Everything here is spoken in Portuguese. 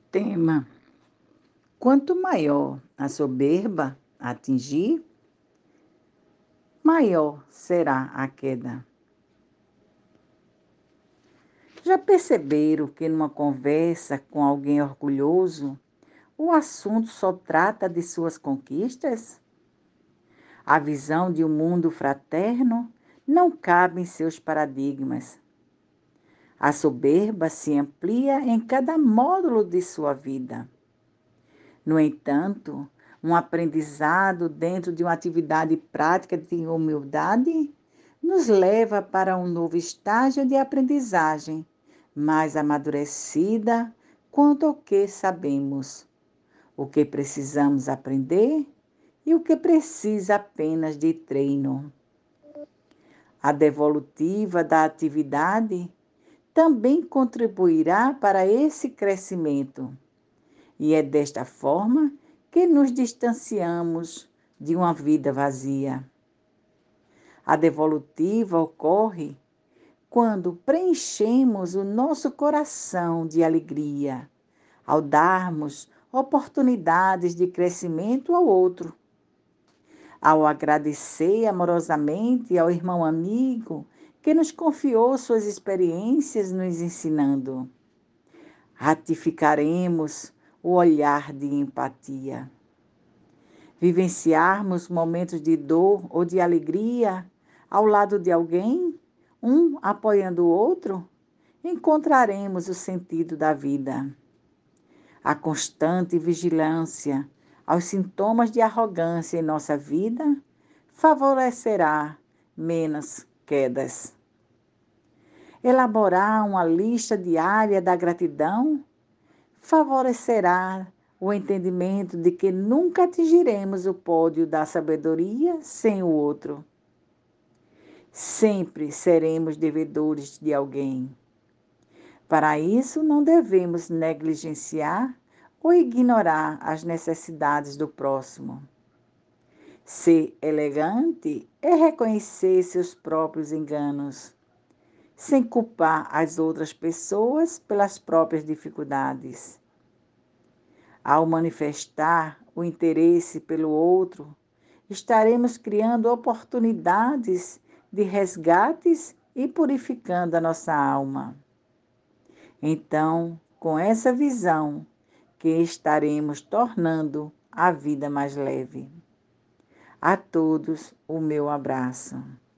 Tema: quanto maior a soberba atingir, maior será a queda. Já perceberam que numa conversa com alguém orgulhoso, o assunto só trata de suas conquistas? A visão de um mundo fraterno não cabe em seus paradigmas. A soberba se amplia em cada módulo de sua vida. No entanto, um aprendizado dentro de uma atividade prática de humildade nos leva para um novo estágio de aprendizagem, mais amadurecida quanto ao que sabemos, o que precisamos aprender e o que precisa apenas de treino. A devolutiva da atividade também contribuirá para esse crescimento. E é desta forma que nos distanciamos de uma vida vazia. A devolutiva ocorre quando preenchemos o nosso coração de alegria, ao darmos oportunidades de crescimento ao outro, ao agradecer amorosamente ao irmão amigo que nos confiou suas experiências nos ensinando. Ratificaremos o olhar de empatia. Vivenciarmos momentos de dor ou de alegria ao lado de alguém, um apoiando o outro, encontraremos o sentido da vida. A constante vigilância aos sintomas de arrogância em nossa vida favorecerá menos quedas. Elaborar uma lista diária da gratidão favorecerá o entendimento de que nunca atingiremos o pódio da sabedoria sem o outro. Sempre seremos devedores de alguém. Para isso, não devemos negligenciar ou ignorar as necessidades do próximo. Ser elegante é reconhecer seus próprios enganos, sem culpar as outras pessoas pelas próprias dificuldades. Ao manifestar o interesse pelo outro, estaremos criando oportunidades de resgates e purificando a nossa alma. Então, com essa visão, que estaremos tornando a vida mais leve. A todos o meu abraço.